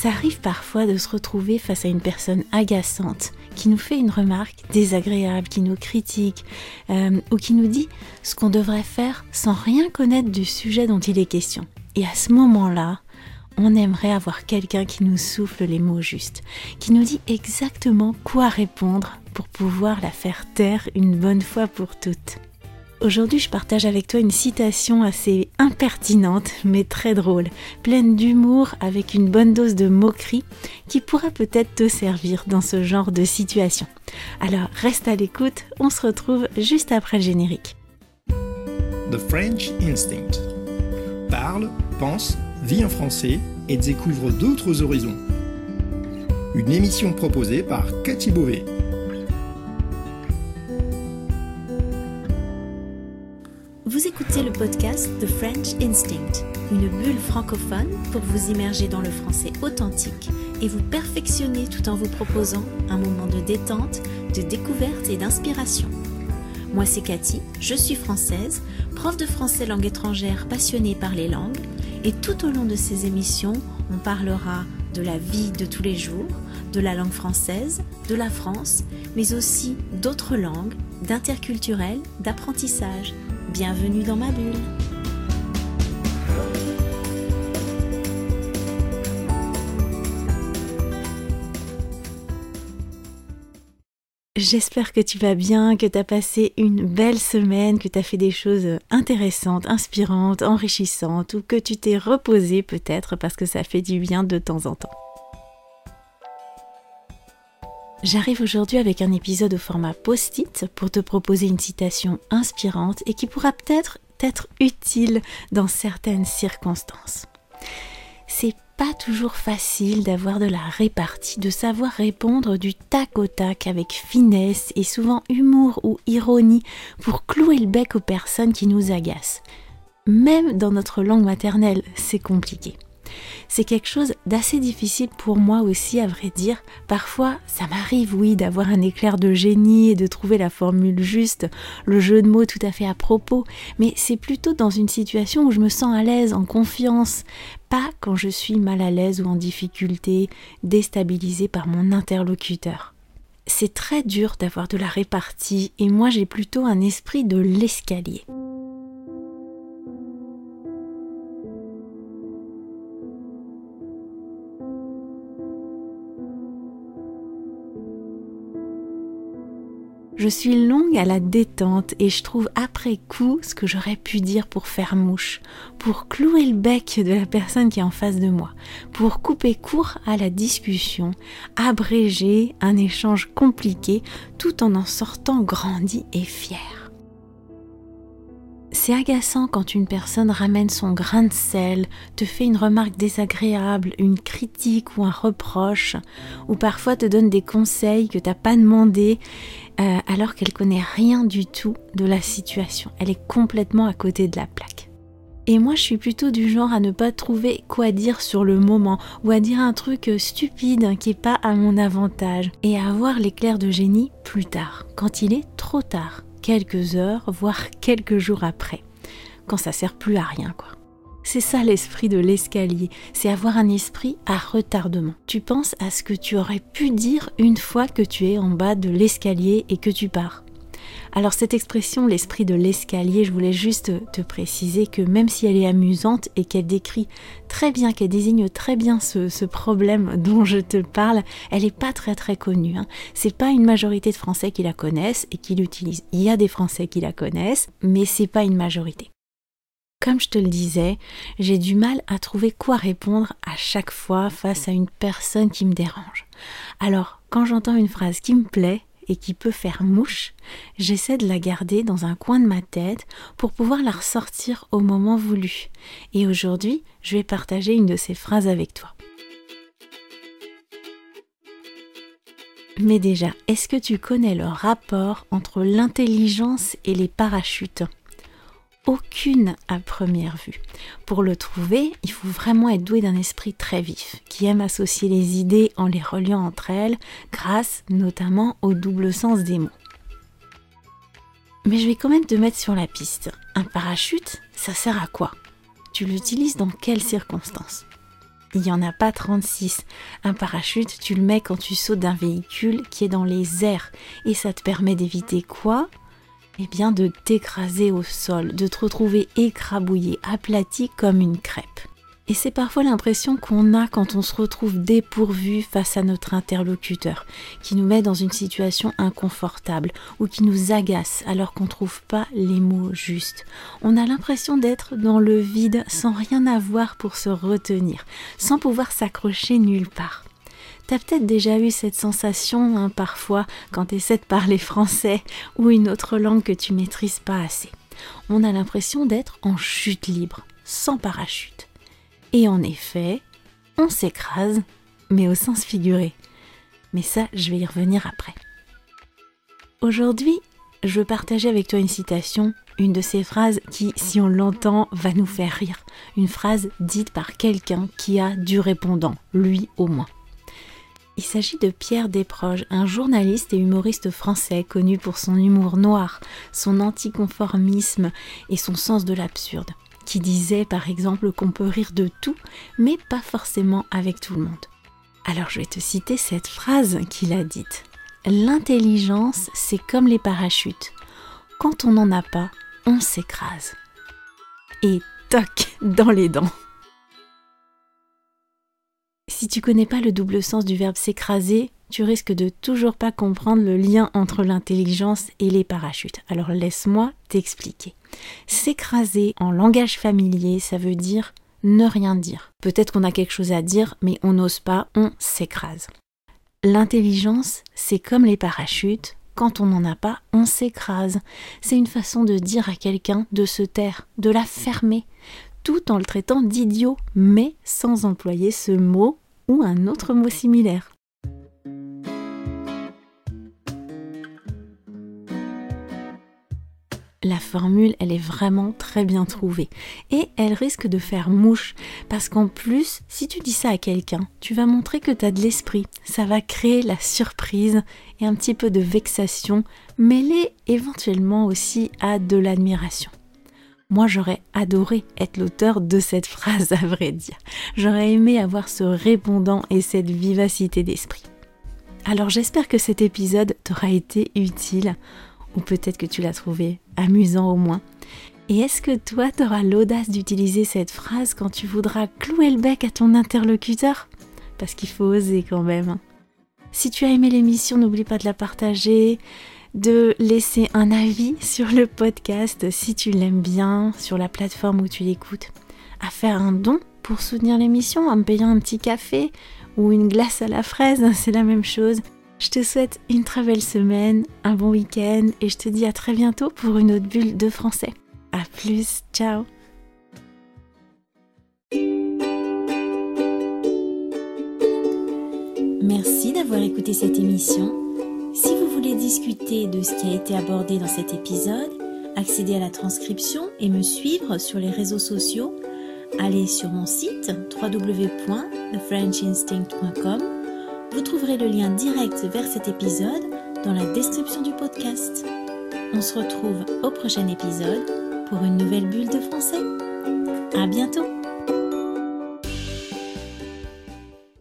Ça arrive parfois de se retrouver face à une personne agaçante qui nous fait une remarque désagréable, qui nous critique ou qui nous dit ce qu'on devrait faire sans rien connaître du sujet dont il est question. Et à ce moment-là, on aimerait avoir quelqu'un qui nous souffle les mots justes, qui nous dit exactement quoi répondre pour pouvoir la faire taire une bonne fois pour toutes. Aujourd'hui, je partage avec toi une citation assez impertinente, mais très drôle, pleine d'humour, avec une bonne dose de moquerie, qui pourra peut-être te servir dans ce genre de situation. Alors, reste à l'écoute, on se retrouve juste après le générique. The French Instinct. Parle, pense, vis en français et découvre d'autres horizons. Une émission proposée par Cathy Beauvais. Vous écoutez le podcast The French Instinct, une bulle francophone pour vous immerger dans le français authentique et vous perfectionner tout en vous proposant un moment de détente, de découverte et d'inspiration. Moi c'est Cathy, je suis française, prof de français langue étrangère passionnée par les langues et tout au long de ces émissions, on parlera de la vie de tous les jours, de la langue française, de la France, mais aussi d'autres langues, d'interculturel, d'apprentissage. Bienvenue dans ma bulle. J'espère que tu vas bien, que tu as passé une belle semaine, que tu as fait des choses intéressantes, inspirantes, enrichissantes ou que tu t'es reposé peut-être parce que ça fait du bien de temps en temps. J'arrive aujourd'hui avec un épisode au format post-it pour te proposer une citation inspirante et qui pourra peut-être être utile dans certaines circonstances. C'est pas toujours facile d'avoir de la répartie, de savoir répondre du tac au tac avec finesse et souvent humour ou ironie pour clouer le bec aux personnes qui nous agacent. Même dans notre langue maternelle, c'est compliqué. C'est quelque chose d'assez difficile pour moi aussi, à vrai dire. Parfois, ça m'arrive, oui, d'avoir un éclair de génie et de trouver la formule juste, le jeu de mots tout à fait à propos, mais c'est plutôt dans une situation où je me sens à l'aise, en confiance, pas quand je suis mal à l'aise ou en difficulté, déstabilisée par mon interlocuteur. C'est très dur d'avoir de la répartie et moi j'ai plutôt un esprit de l'escalier. Je suis longue à la détente et je trouve après coup ce que j'aurais pu dire pour faire mouche, pour clouer le bec de la personne qui est en face de moi, pour couper court à la discussion, abréger un échange compliqué tout en sortant grandi et fier. C'est agaçant quand une personne ramène son grain de sel, te fait une remarque désagréable, une critique ou un reproche, ou parfois te donne des conseils que t'as pas demandé, alors qu'elle connaît rien du tout de la situation. Elle est complètement à côté de la plaque. Et moi, je suis plutôt du genre à ne pas trouver quoi dire sur le moment, ou à dire un truc stupide qui est pas à mon avantage, et à avoir l'éclair de génie plus tard, quand il est trop tard. Quelques heures, voire quelques jours après, quand ça sert plus à rien, quoi. C'est ça l'esprit de l'escalier, c'est avoir un esprit à retardement. Tu penses à ce que tu aurais pu dire une fois que tu es en bas de l'escalier et que tu pars. Alors cette expression, l'esprit de l'escalier, je voulais juste te préciser que même si elle est amusante et qu'elle décrit très bien, qu'elle désigne très bien ce problème dont je te parle, elle n'est pas très très connue. C'est pas une majorité de Français qui la connaissent et qui l'utilisent. Il y a des Français qui la connaissent, mais c'est pas une majorité. Comme je te le disais, j'ai du mal à trouver quoi répondre à chaque fois face à une personne qui me dérange. Alors, quand j'entends une phrase qui me plaît, et qui peut faire mouche, j'essaie de la garder dans un coin de ma tête pour pouvoir la ressortir au moment voulu. Et aujourd'hui, je vais partager une de ces phrases avec toi. Mais déjà, est-ce que tu connais le rapport entre l'intelligence et les parachutes ? Aucune à première vue. Pour le trouver, il faut vraiment être doué d'un esprit très vif, qui aime associer les idées en les reliant entre elles, grâce notamment au double sens des mots. Mais je vais quand même te mettre sur la piste. Un parachute, ça sert à quoi ? Tu l'utilises dans quelles circonstances ? il n'y en a pas 36. Un parachute, tu le mets quand tu sautes d'un véhicule qui est dans les airs. Et ça te permet d'éviter quoi ? Eh bien de t'écraser au sol, de te retrouver écrabouillé, aplati comme une crêpe. Et c'est parfois l'impression qu'on a quand on se retrouve dépourvu face à notre interlocuteur, qui nous met dans une situation inconfortable ou qui nous agace alors qu'on ne trouve pas les mots justes. On a l'impression d'être dans le vide sans rien avoir pour se retenir, sans pouvoir s'accrocher nulle part. T'as peut-être déjà eu cette sensation parfois quand tu essaies de parler français ou une autre langue que tu maîtrises pas assez. On a l'impression d'être en chute libre, sans parachute. Et en effet, on s'écrase, mais au sens figuré. Mais ça, je vais y revenir après. Aujourd'hui, je veux partager avec toi une citation, une de ces phrases qui, si on l'entend, va nous faire rire. Une phrase dite par quelqu'un qui a du répondant, lui au moins. Il s'agit de Pierre Desproges, un journaliste et humoriste français connu pour son humour noir, son anticonformisme et son sens de l'absurde, qui disait par exemple qu'on peut rire de tout, mais pas forcément avec tout le monde. Alors je vais te citer cette phrase qu'il a dite. « L'intelligence, c'est comme les parachutes. Quand on n'en a pas, on s'écrase. » Et toc, dans les dents. Si tu connais pas le double sens du verbe s'écraser, tu risques de toujours pas comprendre le lien entre l'intelligence et les parachutes. Alors laisse-moi t'expliquer. S'écraser en langage familier, ça veut dire ne rien dire. Peut-être qu'on a quelque chose à dire, mais on n'ose pas, on s'écrase. L'intelligence, c'est comme les parachutes. Quand on n'en a pas, on s'écrase. C'est une façon de dire à quelqu'un de se taire, de la fermer, tout en le traitant d'idiot, mais sans employer ce mot ou un autre mot similaire. La formule, elle est vraiment très bien trouvée et elle risque de faire mouche parce qu'en plus, si tu dis ça à quelqu'un, tu vas montrer que tu as de l'esprit. Ça va créer la surprise et un petit peu de vexation, mêlée éventuellement aussi à de l'admiration. Moi, j'aurais adoré être l'auteur de cette phrase, à vrai dire. J'aurais aimé avoir ce répondant et cette vivacité d'esprit. Alors j'espère que cet épisode t'aura été utile, ou peut-être que tu l'as trouvé amusant au moins. Et est-ce que toi, t'auras l'audace d'utiliser cette phrase quand tu voudras clouer le bec à ton interlocuteur ? Parce qu'il faut oser quand même. Si tu as aimé l'émission, n'oublie pas de la partager, de laisser un avis sur le podcast si tu l'aimes bien, sur la plateforme où tu l'écoutes, à faire un don pour soutenir l'émission en me payant un petit café ou une glace à la fraise, c'est la même chose. Je te souhaite une très belle semaine, un bon week-end et je te dis à très bientôt pour une autre bulle de français. À plus, ciao. Merci d'avoir écouté cette émission. Si vous voulez discuter de ce qui a été abordé dans cet épisode, accéder à la transcription et me suivre sur les réseaux sociaux, allez sur mon site www.thefrenchinstinct.com. Vous trouverez le lien direct vers cet épisode dans la description du podcast. On se retrouve au prochain épisode pour une nouvelle bulle de français. À bientôt!